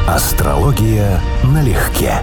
Астрология налегке.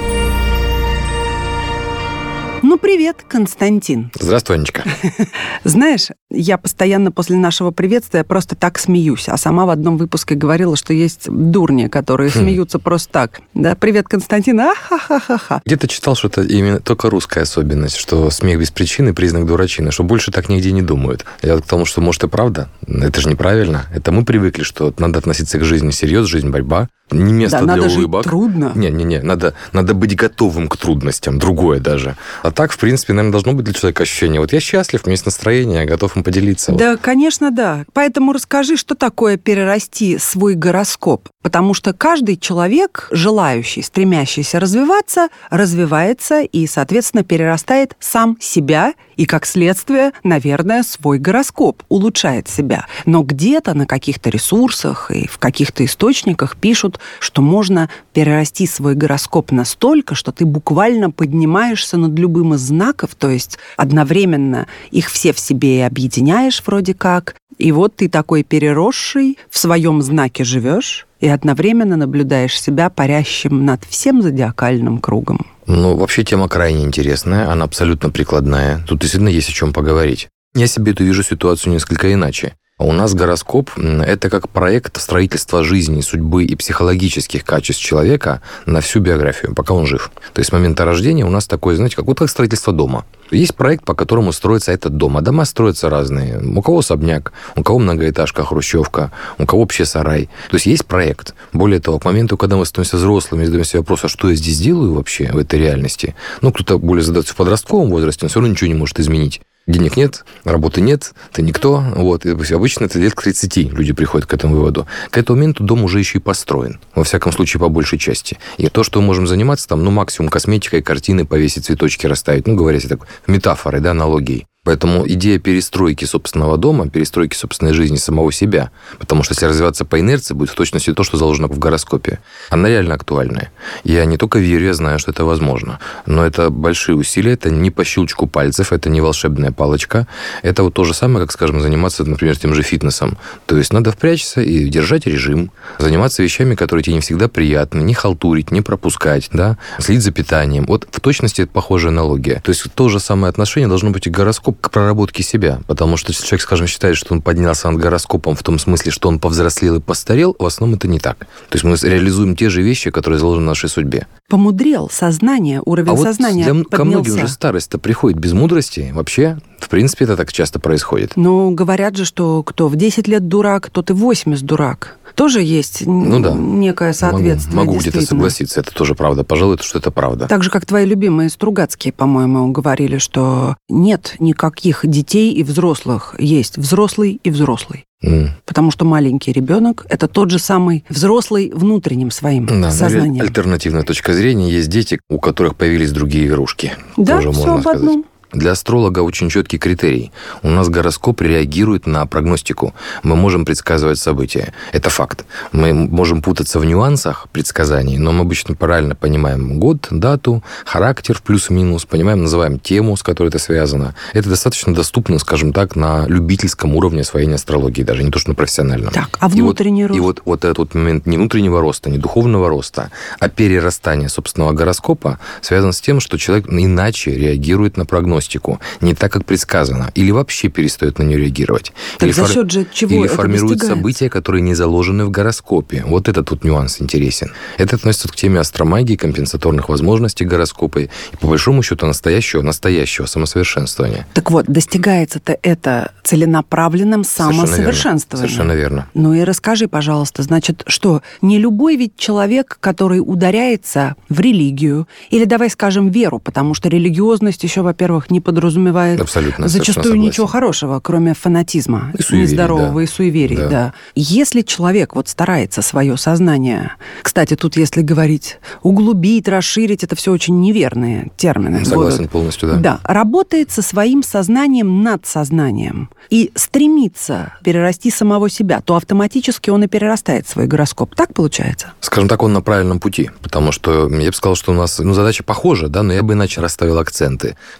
Ну, привет, Константин. Здравствуй, Анечка. Знаешь, я постоянно после нашего приветствия просто так смеюсь, а сама в одном выпуске говорила, что есть дурни, которые смеются просто так. Да, привет, Константин, ахахахаха. Где-то читал, что это именно только русская особенность, что смех без причины – признак дурачины, что больше так нигде не думают. Я к тому, что, может, и правда, это же неправильно. Это мы привыкли, что надо относиться к жизни серьезно, жизнь – борьба. Не место да, для надо улыбок. Жить трудно. Не, надо быть готовым к трудностям, другое даже. А так, в принципе, наверное, должно быть для человека ощущение. Вот я счастлив, у меня есть настроение, я готов им поделиться. Да, вот. Конечно, да. Поэтому расскажи, что такое перерасти свой гороскоп. Потому что каждый человек, желающий, стремящийся развиваться, развивается и, соответственно, перерастает сам себя и, как следствие, наверное, свой гороскоп, улучшает себя. Но где-то на каких-то ресурсах и в каких-то источниках пишут, что можно перерасти свой гороскоп настолько, что ты буквально поднимаешься над любым из знаков, то есть одновременно их все в себе и объединяешь вроде как. И вот ты такой переросший, в своем знаке живешь и одновременно наблюдаешь себя парящим над всем зодиакальным кругом. Ну, вообще тема крайне интересная, она абсолютно прикладная. Тут действительно есть о чем поговорить. Я себе эту вижу ситуацию несколько иначе. У нас гороскоп – это как проект строительства жизни, судьбы и психологических качеств человека на всю биографию, пока он жив. То есть с момента рождения у нас такое, знаете, как строительство дома. Есть проект, по которому строится этот дом. А дома строятся разные. У кого особняк, у кого многоэтажка, хрущевка, у кого вообще сарай. То есть есть проект. Более того, к моменту, когда мы становимся взрослыми, задаем себе вопрос, а что я здесь делаю вообще в этой реальности? Ну, кто-то более задается в подростковом возрасте, он все равно ничего не может изменить. Денег нет, работы нет, ты никто. Вот. И обычно это лет к 30 люди приходят к этому выводу. К этому моменту дом уже еще и построен. Во всяком случае, по большей части. И то, что мы можем заниматься, там, максимум косметикой, картины повесить, цветочки расставить. Говоря себе так, метафорой, аналогией. Поэтому идея перестройки собственного дома, перестройки собственной жизни самого себя, потому что если развиваться по инерции, будет в точности то, что заложено в гороскопе, она реально актуальная. Я не только верю, я знаю, что это возможно. Но это большие усилия, это не по щелчку пальцев, это не волшебная палочка. Это вот то же самое, как, скажем, заниматься, например, тем же фитнесом. То есть надо впрячься и держать режим, заниматься вещами, которые тебе не всегда приятны, не халтурить, не пропускать, да? Следить за питанием. Вот в точности это похожая аналогия. То есть то же самое отношение должно быть и к гороскопу, к проработке себя. Потому что если человек, скажем, считает, что он поднялся над гороскопом в том смысле, что он повзрослел и постарел, в основном это не так. То есть мы реализуем те же вещи, которые заложены в нашей судьбе. Помудрел, сознание, уровень сознания поднялся. Ко многим же старость-то приходит без мудрости. Вообще, в принципе, это так часто происходит. Ну, говорят же, что кто в 10 лет дурак, тот и в 80 дурак. Тоже есть некое соответствие. Могу где-то согласиться, это тоже правда. Пожалуй, что это правда. Так же, как твои любимые Стругацкие, по-моему, говорили, что нет никаких детей и взрослых. Есть взрослый и взрослый. Потому что маленький ребенок – это тот же самый взрослый внутренним своим сознанием. Альтернативная точка зрения. Есть дети, у которых появились другие игрушки. Да, тоже все можно об сказать. одном. Для астролога очень четкий критерий. У нас гороскоп реагирует на прогностику. Мы можем предсказывать события. Это факт. Мы можем путаться в нюансах предсказаний, но мы обычно правильно понимаем год, дату, характер в плюс-минус, понимаем, называем тему, с которой это связано. Это достаточно доступно, скажем так, на любительском уровне освоения астрологии, даже не то, что на профессиональном. Так, а внутренний рост? И вот этот вот момент не внутреннего роста, не духовного роста, а перерастания собственного гороскопа связан с тем, что человек иначе реагирует на прогностику. Не так, как предсказано. Или вообще перестает на нее реагировать. Так за счет же чего или это формируют достигается? События, которые не заложены в гороскопе. Вот этот вот нюанс интересен. Это относится к теме астромагии, компенсаторных возможностей гороскопа и, по большому счету, настоящего самосовершенствования. Так вот, достигается-то это целенаправленным самосовершенствованием. Совершенно верно. Ну и расскажи, пожалуйста, значит, что не любой ведь человек, который ударяется в религию, или, давай скажем, веру, потому что религиозность еще, во-первых, не подразумевает зачастую ничего хорошего, кроме фанатизма нездорового и суеверий. Да. Если человек вот старается свое сознание, кстати, тут, если говорить, углубить, расширить, это все очень неверные термины. Согласен полностью, да. Да, работает со своим сознанием над сознанием и стремится перерасти самого себя, то автоматически он и перерастает свой гороскоп. Так получается? Скажем так, он на правильном пути, потому что я бы сказал, что у нас задача похожа, да, но я бы иначе расставил акценты. Был такой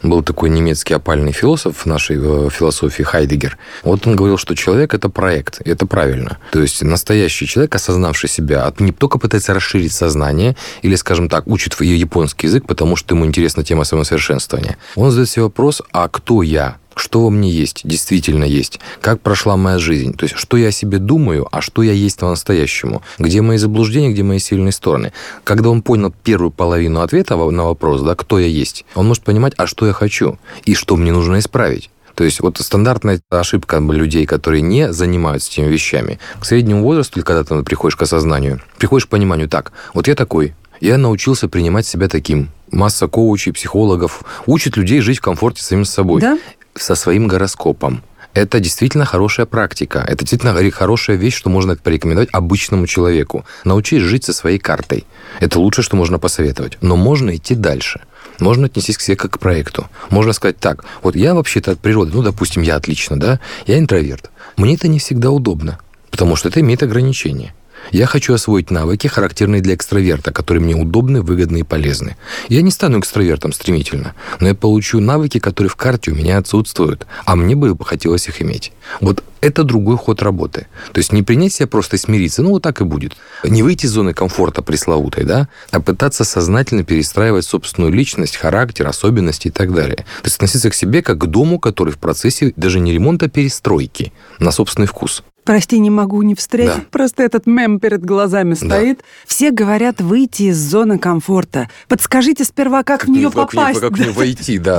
такой немецкий опальный философ в нашей философии Хайдеггер. Вот он говорил, что человек – это проект, и это правильно. То есть настоящий человек, осознавший себя, не только пытается расширить сознание или, скажем так, учит японский язык, потому что ему интересна тема самосовершенствования. Он задает себе вопрос: а кто я? Что во мне есть, действительно есть? Как прошла моя жизнь? То есть, что я о себе думаю, а что я есть по-настоящему? Где мои заблуждения, где мои сильные стороны? Когда он понял первую половину ответа на вопрос, да, кто я есть, он может понимать, а что я хочу и что мне нужно исправить. То есть вот стандартная ошибка людей, которые не занимаются этими вещами, к среднему возрасту, или когда ты приходишь к осознанию, приходишь к пониманию: так, вот я такой, я научился принимать себя таким. Масса коучей, психологов учат людей жить в комфорте самим собой. Да? Со своим гороскопом. Это действительно хорошая практика. Это действительно хорошая вещь, что можно порекомендовать обычному человеку. Научись жить со своей картой. Это лучшее, что можно посоветовать. Но можно идти дальше. Можно отнестись к себе как к проекту. Можно сказать: так, вот я вообще-то от природы, допустим, я отлично, да, я интроверт. Мне это не всегда удобно, потому что это имеет ограничения. Я хочу освоить навыки, характерные для экстраверта, которые мне удобны, выгодны и полезны. Я не стану экстравертом стремительно, но я получу навыки, которые в карте у меня отсутствуют, а мне бы хотелось их иметь. Вот это другой ход работы. То есть не принять себя просто и смириться, вот так и будет. Не выйти из зоны комфорта пресловутой, да, а пытаться сознательно перестраивать собственную личность, характер, особенности и так далее. То есть относиться к себе как к дому, который в процессе даже не ремонта, а перестройки на собственный вкус. Прости, не могу не встретить. Да. Просто этот мем перед глазами стоит. Да. Все говорят выйти из зоны комфорта. Подскажите сперва, как в нее попасть. Как в нее войти, да.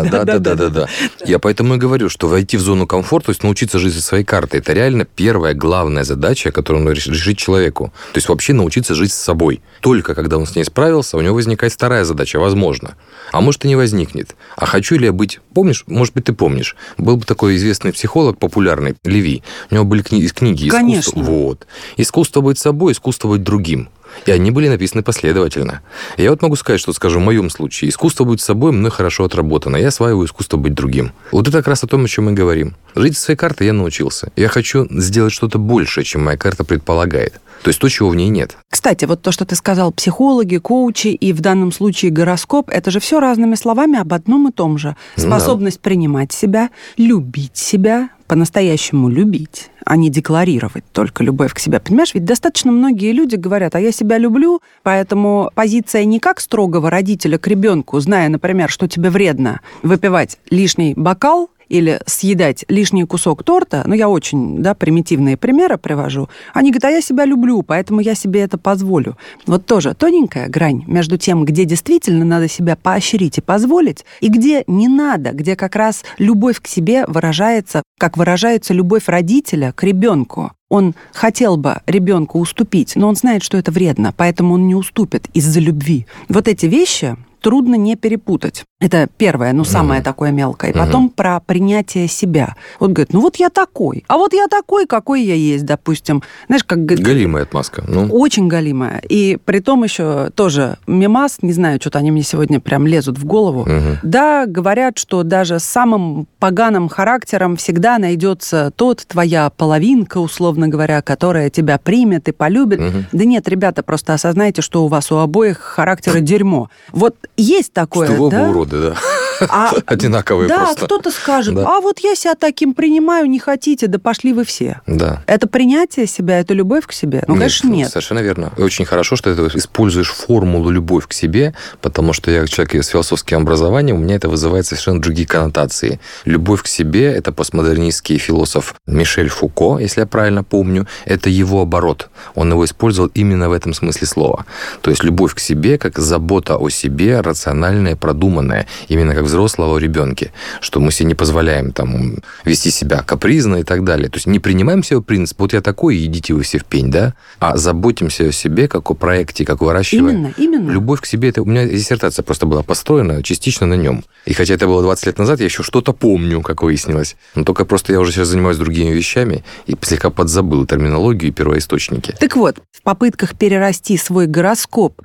Я поэтому и говорю, что войти в зону комфорта, то есть научиться жить со своей картой, это реально первая главная задача, которую нужно решить человеку. То есть вообще научиться жить с собой. Только когда он с ней справился, у него возникает вторая задача, возможно. А может, и не возникнет. А хочу ли я быть... Помнишь, может быть, ты помнишь, был бы такой известный психолог, популярный, Леви. У него были книги. Конечно. Вот. Искусство быть собой, искусство быть другим. И они были написаны последовательно. Я вот могу сказать, что, скажем, в моем случае, искусство быть собой мной хорошо отработано. Я осваиваю искусство быть другим. Вот это как раз о том, о чем мы говорим. Жить со своей картой я научился. Я хочу сделать что-то большее, чем моя карта предполагает. То есть то, чего в ней нет. Кстати, вот то, что ты сказал, психологи, коучи и в данном случае гороскоп, это же все разными словами об одном и том же. Способность принимать себя, любить себя, по-настоящему любить, а не декларировать только любовь к себе. Понимаешь, ведь достаточно многие люди говорят: а я себя люблю, поэтому позиция не как строгого родителя к ребенку, зная, например, что тебе вредно выпивать лишний бокал или съедать лишний кусок торта, я очень, примитивные примеры привожу, они говорят: а я себя люблю, поэтому я себе это позволю. Вот тоже тоненькая грань между тем, где действительно надо себя поощрить и позволить, и где не надо, где как раз любовь к себе выражается, как выражается любовь родителя к ребенку. Он хотел бы ребенку уступить, но он знает, что это вредно, поэтому он не уступит из-за любви. Вот эти вещи трудно не перепутать. Это первое, самое такое мелкое. И потом про принятие себя. Вот говорит: вот я такой. А вот я такой, какой я есть, допустим. Знаешь, как... Галимая отмазка. Очень галимая. И при том еще тоже мемас, не знаю, что-то они мне сегодня прям лезут в голову. Да, говорят, что даже с самым поганым характером всегда найдется твоя половинка, условно говоря, которая тебя примет и полюбит. Да нет, ребята, просто осознайте, что у вас у обоих характеры дерьмо. Вот есть такое, что вы уроды, да. Одинаковые просто. Да, кто-то скажет: а вот я себя таким принимаю, не хотите, да пошли вы все. Да. Это принятие себя, это любовь к себе? Конечно, нет. Совершенно верно. И очень хорошо, что ты используешь формулу «любовь к себе», потому что я человек с философским образованием, у меня это вызывает совершенно другие коннотации. Любовь к себе – это постмодернистский философ Мишель Фуко, если я правильно помню, это его оборот. Он его использовал именно в этом смысле слова. То есть любовь к себе как забота о себе, рациональная, продуманная, именно как взрослого ребенка, что мы себе не позволяем вести себя капризно и так далее. То есть не принимаем себе принцип: вот я такой, идите вы все в пень, да, а заботимся о себе как о проекте, как выращиваем. Именно. Любовь к себе, это у меня диссертация просто была построена частично на нем. И хотя это было 20 лет назад, я еще что-то помню, как выяснилось. Но только просто я уже сейчас занимаюсь другими вещами и слегка подзабыл терминологию и первоисточники. Так вот, в попытках перерасти свой гороскоп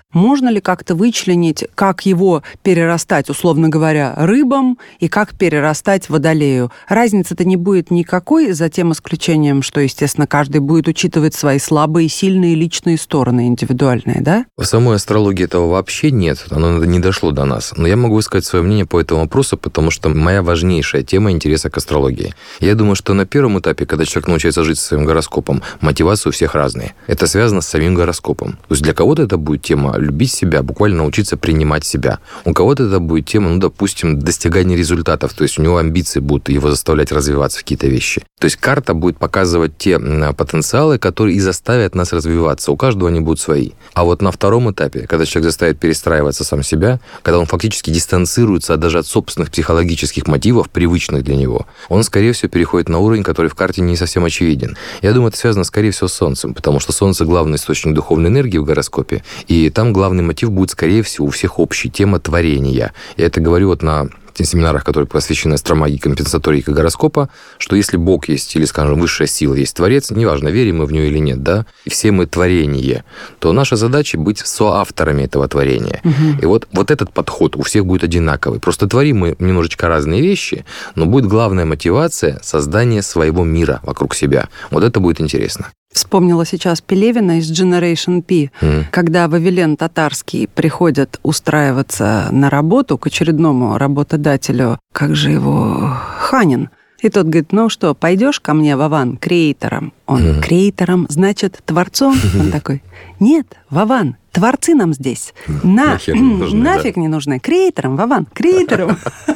Можно ли как-то вычленить, как его перерастать, условно говоря, рыбам и как перерастать водолею? Разницы-то не будет никакой, за тем исключением, что, естественно, каждый будет учитывать свои слабые, сильные личные стороны, индивидуальные, да? В самой астрологии этого вообще нет, оно не дошло до нас. Но я могу высказать свое мнение по этому вопросу, потому что моя важнейшая тема интереса к астрологии. Я думаю, что на первом этапе, когда человек научается жить со своим гороскопом, мотивации у всех разные. Это связано с самим гороскопом. То есть для кого-то это будет тема любить себя, буквально научиться принимать себя. У кого-то это будет тема, допустим, достигания результатов, то есть у него амбиции будут его заставлять развиваться в какие-то вещи. То есть карта будет показывать те потенциалы, которые и заставят нас развиваться. У каждого они будут свои. А вот на втором этапе, когда человек заставит перестраиваться сам себя, когда он фактически дистанцируется даже от собственных психологических мотивов, привычных для него, он, скорее всего, переходит на уровень, который в карте не совсем очевиден. Я думаю, это связано, скорее всего, с Солнцем, потому что Солнце — главный источник духовной энергии в гороскопе, и там главный мотив будет, скорее всего, у всех общий — тема творения. Я это говорю вот на семинарах, которые посвящены астромагии, компенсаторике гороскопа, что если Бог есть, или, скажем, высшая сила есть Творец, неважно, верим мы в нее или нет, да, и все мы творение, то наша задача быть соавторами этого творения. И вот этот подход у всех будет одинаковый. Просто творим мы немножечко разные вещи, но будет главная мотивация — создание своего мира вокруг себя. Вот это будет интересно. Вспомнила сейчас Пелевина из Generation P, когда Вавилен Татарский приходит устраиваться на работу к очередному работодателю, как же его, Ханин. И тот говорит: ну что, пойдешь ко мне, Вован, креатором? Он: креатором, значит, творцом? Он такой: нет, Вован, творцы нам здесь. Нафиг не нужны. Креатором, Вован, креатором.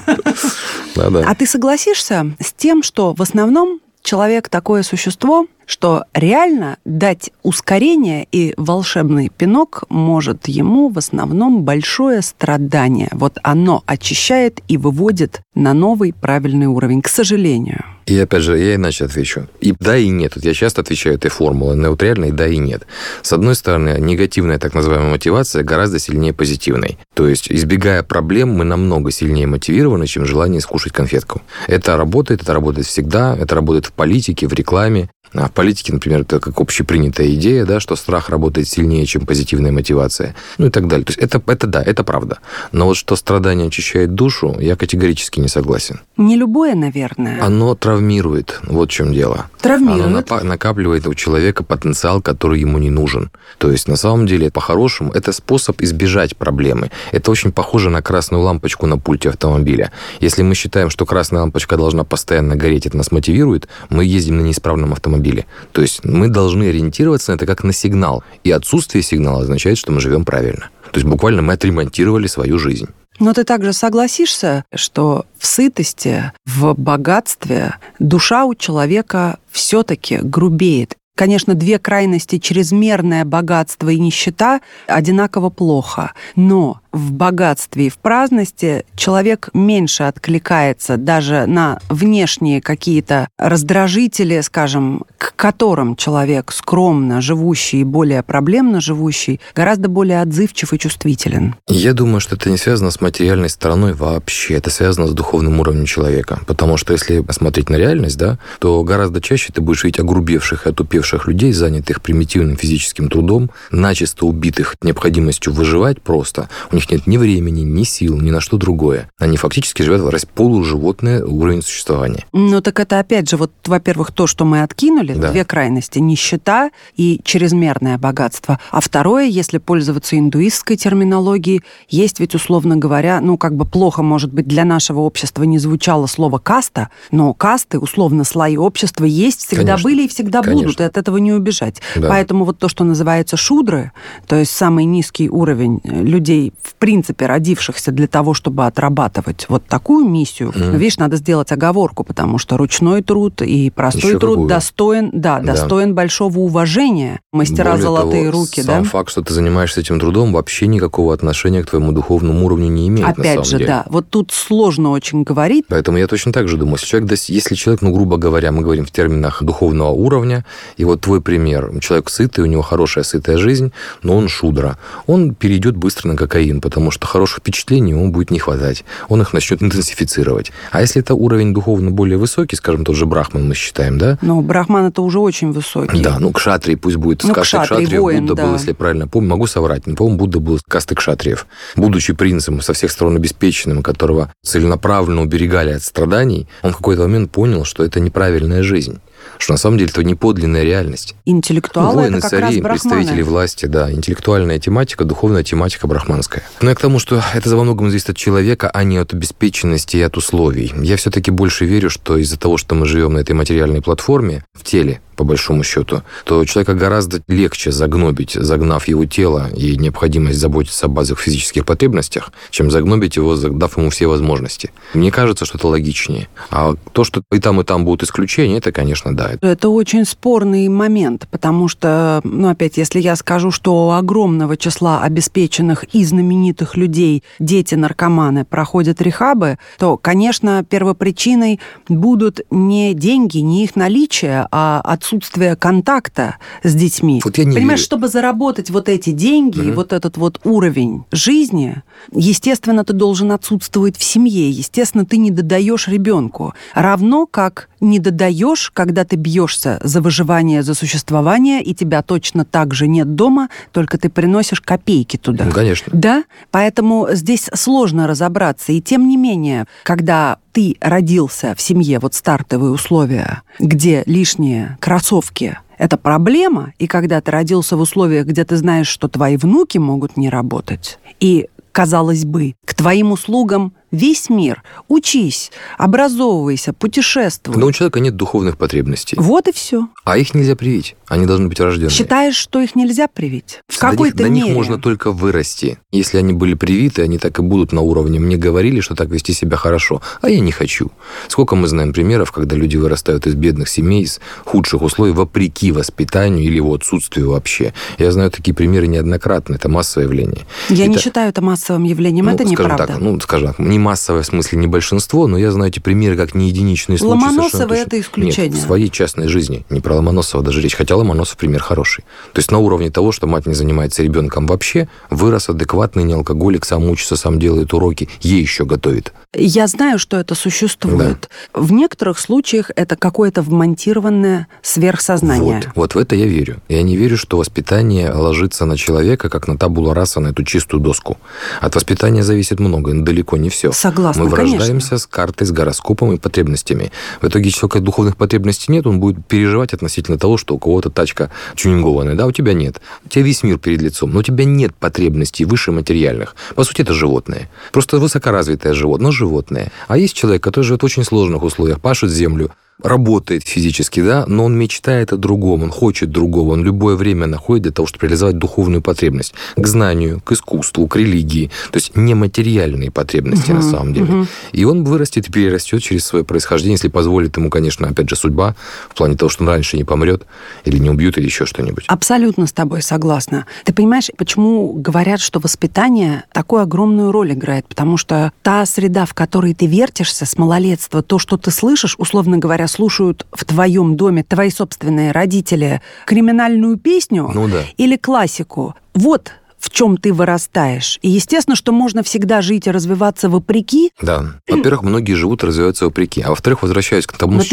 А ты согласишься с тем, что в основном человек такое существо, что реально дать ускорение и волшебный пинок может ему в основном большое страдание. Вот оно очищает и выводит на новый правильный уровень, к сожалению. И опять же, я иначе отвечу. И да, и нет. Вот я часто отвечаю этой формулой, неутральной да и нет. С одной стороны, негативная так называемая мотивация гораздо сильнее позитивной. То есть, избегая проблем, мы намного сильнее мотивированы, чем желание скушать конфетку. Это работает всегда, это работает в политике, в рекламе. А в политике, например, это как общепринятая идея, да, что страх работает сильнее, чем позитивная мотивация, ну и так далее. То есть это да, это правда. Но вот что страдание очищает душу, я категорически не согласен. Не любое, наверное. Оно травмирует, вот в чем дело. Травмирует. Оно накапливает у человека потенциал, который ему не нужен. То есть, на самом деле, по-хорошему, это способ избежать проблемы. Это очень похоже на красную лампочку на пульте автомобиля. Если мы считаем, что красная лампочка должна постоянно гореть, это нас мотивирует, мы ездим на неисправном автомобиле. То есть мы должны ориентироваться на это как на сигнал. И отсутствие сигнала означает, что мы живем правильно. То есть буквально мы отремонтировали свою жизнь. Но ты также согласишься, что в сытости, в богатстве душа у человека все-таки грубеет. Конечно, две крайности, чрезмерное богатство и нищета, одинаково плохо. Но в богатстве и в праздности человек меньше откликается даже на внешние какие-то раздражители, скажем, к которым человек скромно живущий и более проблемно живущий гораздо более отзывчив и чувствителен. Я думаю, что это не связано с материальной стороной вообще. Это связано с духовным уровнем человека. Потому что если посмотреть на реальность, да, то гораздо чаще ты будешь видеть огрубевших и отупевших людей, занятых примитивным физическим трудом, начисто убитых необходимостью выживать просто. У них нет ни времени, ни сил, ни на что другое. Они фактически живут в полуживотный уровень существования. Ну так это опять же, вот, во-первых, то, что мы откинули, да. Две крайности, нищета и чрезмерное богатство. А второе, если пользоваться индуистской терминологией, есть ведь, условно говоря, ну как бы плохо, может быть, для нашего общества не звучало слово каста, но касты, условно, слои общества есть, всегда были и всегда будут, и от этого не убежать. Да. Поэтому вот то, что называется шудры, то есть самый низкий уровень людей, в принципе, родившихся для того, чтобы отрабатывать вот такую миссию, видишь, надо сделать оговорку, потому что ручной труд и простой еще труд достоин большого уважения. Мастера более золотые того, руки, сам факт, что ты занимаешься этим трудом, вообще никакого отношения к твоему духовному уровню не имеет. Опять же, да. Вот тут сложно очень говорить. Поэтому я точно так же думаю, если человек, ну, грубо говоря, мы говорим в терминах духовного уровня, и вот твой пример, человек сытый, у него хорошая сытая жизнь, но он шудра, он перейдет быстро на кокаин, потому что хороших впечатлений ему будет не хватать. Он их начнет интенсифицировать. А если это уровень духовно более высокий, скажем, тот же брахман мы считаем, да? Но брахман это уже очень высокий. Да, кшатрий пусть будет. С касты кшатриев Будда был, если я правильно помню, могу соврать, но, по-моему, Будда был с касты кшатриев. Будучи принцем со всех сторон обеспеченным, которого целенаправленно уберегали от страданий, он в какой-то момент понял, что это неправильная жизнь. Что на самом деле это не подлинная реальность. Интеллектуалы воины, это как цари, раз брахманы. представители власти, да, интеллектуальная тематика, духовная тематика брахманская. Но я к тому, что это во многом зависит от человека, а не от обеспеченности и от условий. Я все-таки больше верю, что из-за того, что мы живем на этой материальной платформе, в теле, по большому счету, то человека гораздо легче загнобить, загнав его тело и необходимость заботиться о базовых физических потребностях, чем загнобить его, дав ему все возможности. Мне кажется, что это логичнее. А то, что и там будут исключения, это, конечно, да. Это очень спорный момент, потому что, опять, если я скажу, что у огромного числа обеспеченных и знаменитых людей дети-наркоманы проходят рехабы, то, конечно, первопричиной будут не деньги, не их наличие, а отсутствие контакта с детьми. Вот я не Понимаешь, верю. чтобы заработать вот эти деньги, и вот этот вот уровень жизни, естественно, ты должен отсутствовать в семье, естественно, ты не додаешь ребенку. Равно как не додаешь, когда ты бьешься за выживание, за существование, и тебя точно так же нет дома, только ты приносишь копейки туда. Конечно. Да? Поэтому здесь сложно разобраться. И тем не менее, когда ты родился в семье, вот стартовые условия, где лишние кроссовки – это проблема, и когда ты родился в условиях, где ты знаешь, что твои внуки могут не работать, и, казалось бы, к твоим услугам весь мир. Учись, образовывайся, путешествуй. Но у человека нет духовных потребностей. Вот и все. А их нельзя привить. Они должны быть врожденные. Считаешь, что их нельзя привить? В какой-то мере. До них можно только вырасти. Если они были привиты, они так и будут на уровне. Мне говорили, что так вести себя хорошо, а я не хочу. Сколько мы знаем примеров, когда люди вырастают из бедных семей, из худших условий, вопреки воспитанию или его отсутствию вообще. Я знаю такие примеры неоднократно. Это массовое явление. Я не считаю это массовым явлением. Это неправда. Скажем так, не массовое в смысле не большинство, но я знаю эти примеры как не единичные случаи. Ломоносовы – это исключение. Нет, в своей частной жизни. Не про Ломоносова даже речь. Хотя Ломоносов пример хороший. То есть на уровне того, что мать не занимается ребенком вообще, вырос адекватный, не алкоголик, сам учится, сам делает уроки, ей еще готовит. Я знаю, что это существует. Да. В некоторых случаях это какое-то вмонтированное сверхсознание. Вот в это я верю. Я не верю, что воспитание ложится на человека, как на табула раса, на эту чистую доску. От воспитания зависит много, но далеко не все. Согласна, мы вырождаемся конечно. С картой, с гороскопом и потребностями. В итоге, если человека духовных потребностей нет, он будет переживать относительно того, что у кого-то тачка тюнингованная, да, у тебя нет. У тебя весь мир перед лицом, но у тебя нет потребностей выше материальных. По сути, это животное. Просто высокоразвитое животное, но животное. А есть человек, который живет в очень сложных условиях, пашет землю, работает физически, да, но он мечтает о другом, он хочет другого, он любое время находит для того, чтобы реализовать духовную потребность к знанию, к искусству, к религии, то есть нематериальные потребности на самом деле. И он вырастет и перерастет через свое происхождение, если позволит ему, конечно, опять же, судьба, в плане того, что он раньше не помрет, или не убьют, или еще что-нибудь. Абсолютно с тобой согласна. Ты понимаешь, почему говорят, что воспитание такую огромную роль играет? Потому что та среда, в которой ты вертишься с малолетства, то, что ты слышишь, условно говоря, слушают в твоем доме твои собственные родители криминальную песню или классику. Вот в чем ты вырастаешь. И естественно, что можно всегда жить и развиваться вопреки. Да. Во-первых, многие живут и развиваются вопреки. А во-вторых, возвращаюсь к тому, с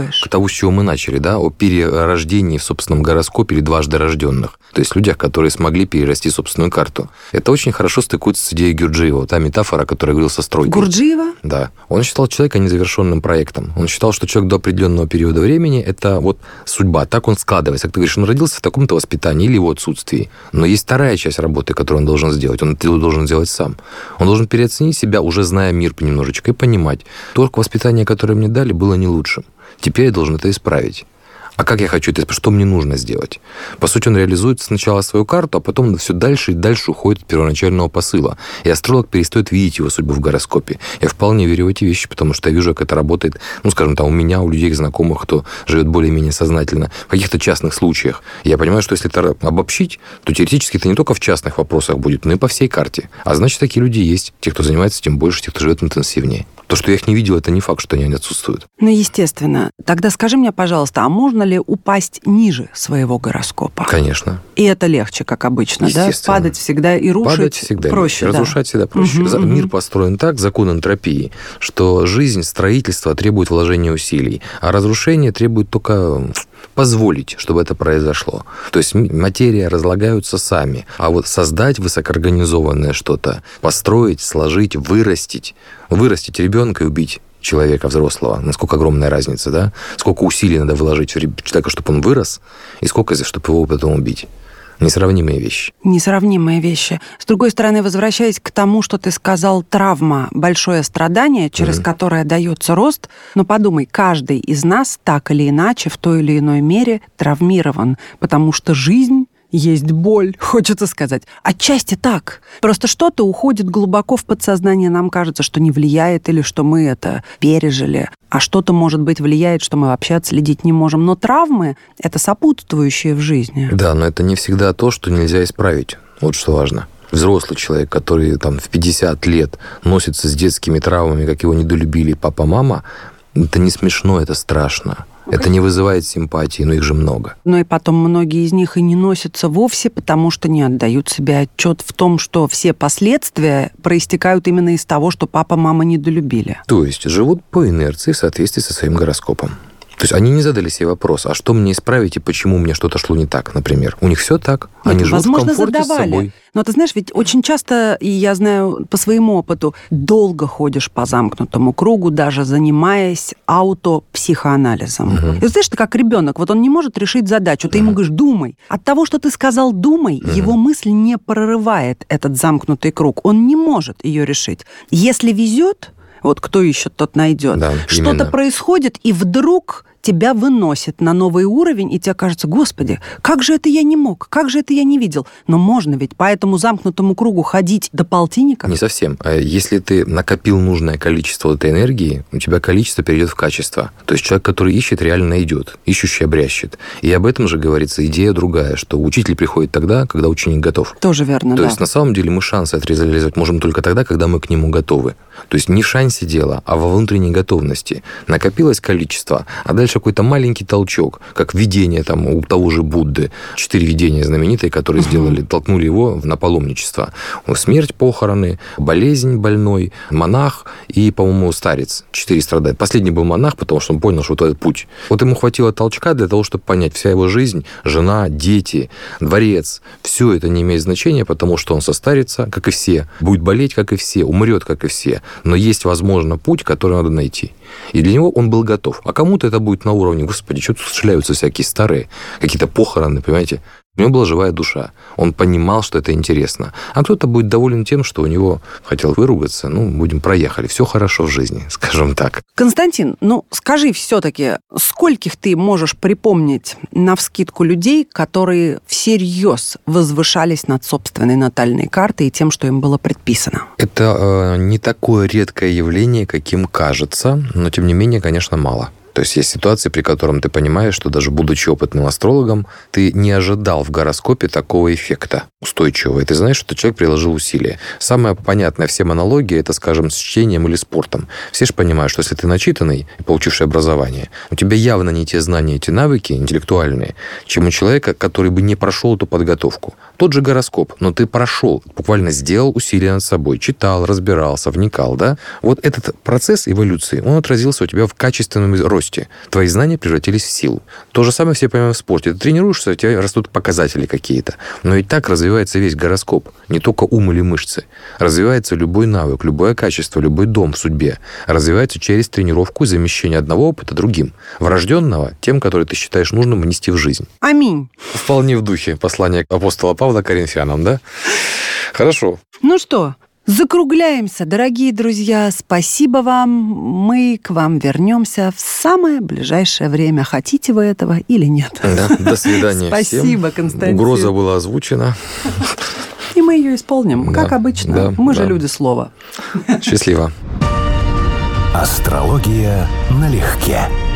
чего мы начали, да, о перерождении в собственном гороскопе или дважды рожденных. То есть людях, которые смогли перерасти собственную карту. Это очень хорошо стыкуется с идеей Гурджиева. Та метафора, о которой говорил со стройкой. Гурджиева? Да. Он считал человека незавершенным проектом. Он считал, что человек до определенного периода времени – это вот судьба. Так он складывается. Как ты говоришь, он родился в таком-то воспитании или его отсутствии. Но есть вторая часть работы, которую он должен сделать. Он это должен сделать сам. Он должен переоценить себя, уже зная мир понемножечко, и понимать, только воспитание, которое мне дали, было не лучшим. Теперь я должен это исправить. А как я хочу это исправить? Что мне нужно сделать? По сути, он реализует сначала свою карту, а потом все дальше и дальше уходит от первоначального посыла. И астролог перестает видеть его судьбу в гороскопе. Я вполне верю в эти вещи, потому что я вижу, как это работает, скажем, там, у меня, у людей, знакомых, кто живет более-менее сознательно, в каких-то частных случаях. Я понимаю, что если это обобщить, то теоретически это не только в частных вопросах будет, но и по всей карте. А значит, такие люди есть. Те, кто занимается, тем больше, те, кто живет интенсивнее. То, что я их не видел, это не факт, что они отсутствуют. Ну, естественно. Тогда скажи мне, пожалуйста, а можно ли упасть ниже своего гороскопа? Конечно. И это легче, как обычно, да? Падать всегда и рушить Падать всегда проще. Легче. Разрушать всегда проще. Мир построен так, закон энтропии, что жизнь, строительство требует вложения усилий, а разрушение требует только позволить, чтобы это произошло. То есть материя разлагаются сами, а вот создать высокоорганизованное что-то, построить, сложить, вырастить ребенка и убить человека взрослого, насколько огромная разница, да? Сколько усилий надо вложить в человека, чтобы он вырос, и сколько, чтобы его потом убить. Несравнимые вещи. Несравнимые вещи. С другой стороны, возвращаясь к тому, что ты сказал, травма, большое страдание, через которое дается рост, но подумай, каждый из нас так или иначе, в той или иной мере травмирован, потому что жизнь есть боль, хочется сказать. Отчасти так. Просто что-то уходит глубоко в подсознание, нам кажется, что не влияет или что мы это пережили, а что-то, может быть, влияет, что мы вообще отследить не можем. Но травмы — это сопутствующие в жизни. Да, но это не всегда то, что нельзя исправить. Вот что важно. Взрослый человек, который там в 50 лет носится с детскими травмами, как его недолюбили папа-мама, это не смешно, это страшно. Это не вызывает симпатии, но их же много. Но и потом многие из них и не носятся вовсе, потому что не отдают себе отчет в том, что все последствия проистекают именно из того, что папа-мама недолюбили. То есть живут по инерции в соответствии со своим гороскопом. То есть они не задали себе вопрос, а что мне исправить и почему мне что-то шло не так, например. У них все так, они живут в комфорте с собой. Но ты знаешь, ведь очень часто, и я знаю по своему опыту, долго ходишь по замкнутому кругу, даже занимаясь аутопсихоанализом. И знаешь, ты как ребенок, вот он не может решить задачу, ты ему говоришь, думай. От того, что ты сказал «думай», его мысль не прорывает этот замкнутый круг, он не может ее решить. Если везет, вот кто ищет, тот найдет. Да, что-то именно происходит, и вдруг тебя выносит на новый уровень, и тебе кажется, господи, как же это я не мог, как же это я не видел. Но можно ведь по этому замкнутому кругу ходить до полтинника? Не совсем. Если ты накопил нужное количество этой энергии, у тебя количество перейдет в качество. То есть человек, который ищет, реально найдет. Ищущий обрящет. И об этом же говорится идея другая, что учитель приходит тогда, когда ученик готов. Тоже верно, То да. есть на самом деле мы шансы это реализовать можем только тогда, когда мы к нему готовы. То есть не в шансе дело, а во внутренней готовности. Накопилось количество, а дальше какой-то маленький толчок, как видение там у того же Будды. 4 видения знаменитые, которые сделали, толкнули его на паломничество. Смерть, похороны, болезнь, больной, монах и, по-моему, старец. 4 страдают. Последний был монах, потому что он понял, что вот этот путь. Вот ему хватило толчка для того, чтобы понять, вся его жизнь, жена, дети, дворец, все это не имеет значения, потому что он состарится, как и все, будет болеть, как и все, умрет, как и все. Но есть, возможно, путь, который надо найти. И для него он был готов. А кому-то это будет на уровне, господи, что тут шляются всякие старые, какие-то похороны, понимаете? У него была живая душа. Он понимал, что это интересно. А кто-то будет доволен тем, что у него хотел выругаться. Будем проехали. Все хорошо в жизни, скажем так. Константин, скажи все-таки, скольких ты можешь припомнить навскидку людей, которые всерьез возвышались над собственной натальной картой и тем, что им было предписано? Это не такое редкое явление, каким кажется, но, тем не менее, конечно, мало. То есть есть ситуации, при котором ты понимаешь, что даже будучи опытным астрологом, ты не ожидал в гороскопе такого эффекта устойчивого. И ты знаешь, что человек приложил усилия. Самая понятная всем аналогия – это, скажем, с чтением или спортом. Все же понимают, что если ты начитанный и получивший образование, у тебя явно не те знания, эти навыки интеллектуальные, чем у человека, который бы не прошел эту подготовку. Тот же гороскоп, но ты прошел, буквально сделал усилия над собой, читал, разбирался, вникал, да? Вот этот процесс эволюции, он отразился у тебя в качественном росте. Твои знания превратились в силу. То же самое все понимаем в спорте. Ты тренируешься, у тебя растут показатели какие-то. Но ведь так развивается весь гороскоп. Не только ум или мышцы. Развивается любой навык, любое качество, любой дом в судьбе. Развивается через тренировку и замещение одного опыта другим. Врожденного тем, который ты считаешь нужным внести в жизнь. Аминь. Вполне в духе послания апостола Павла Коринфянам, да? Хорошо. Ну что, закругляемся, дорогие друзья. Спасибо вам. Мы к вам вернемся в самое ближайшее время. Хотите вы этого или нет? Да, до свидания. Спасибо, всем. Константин. Угроза была озвучена. И мы ее исполним, Да, как обычно. да, Мы же да. люди слова. Счастливо. Астрология налегке.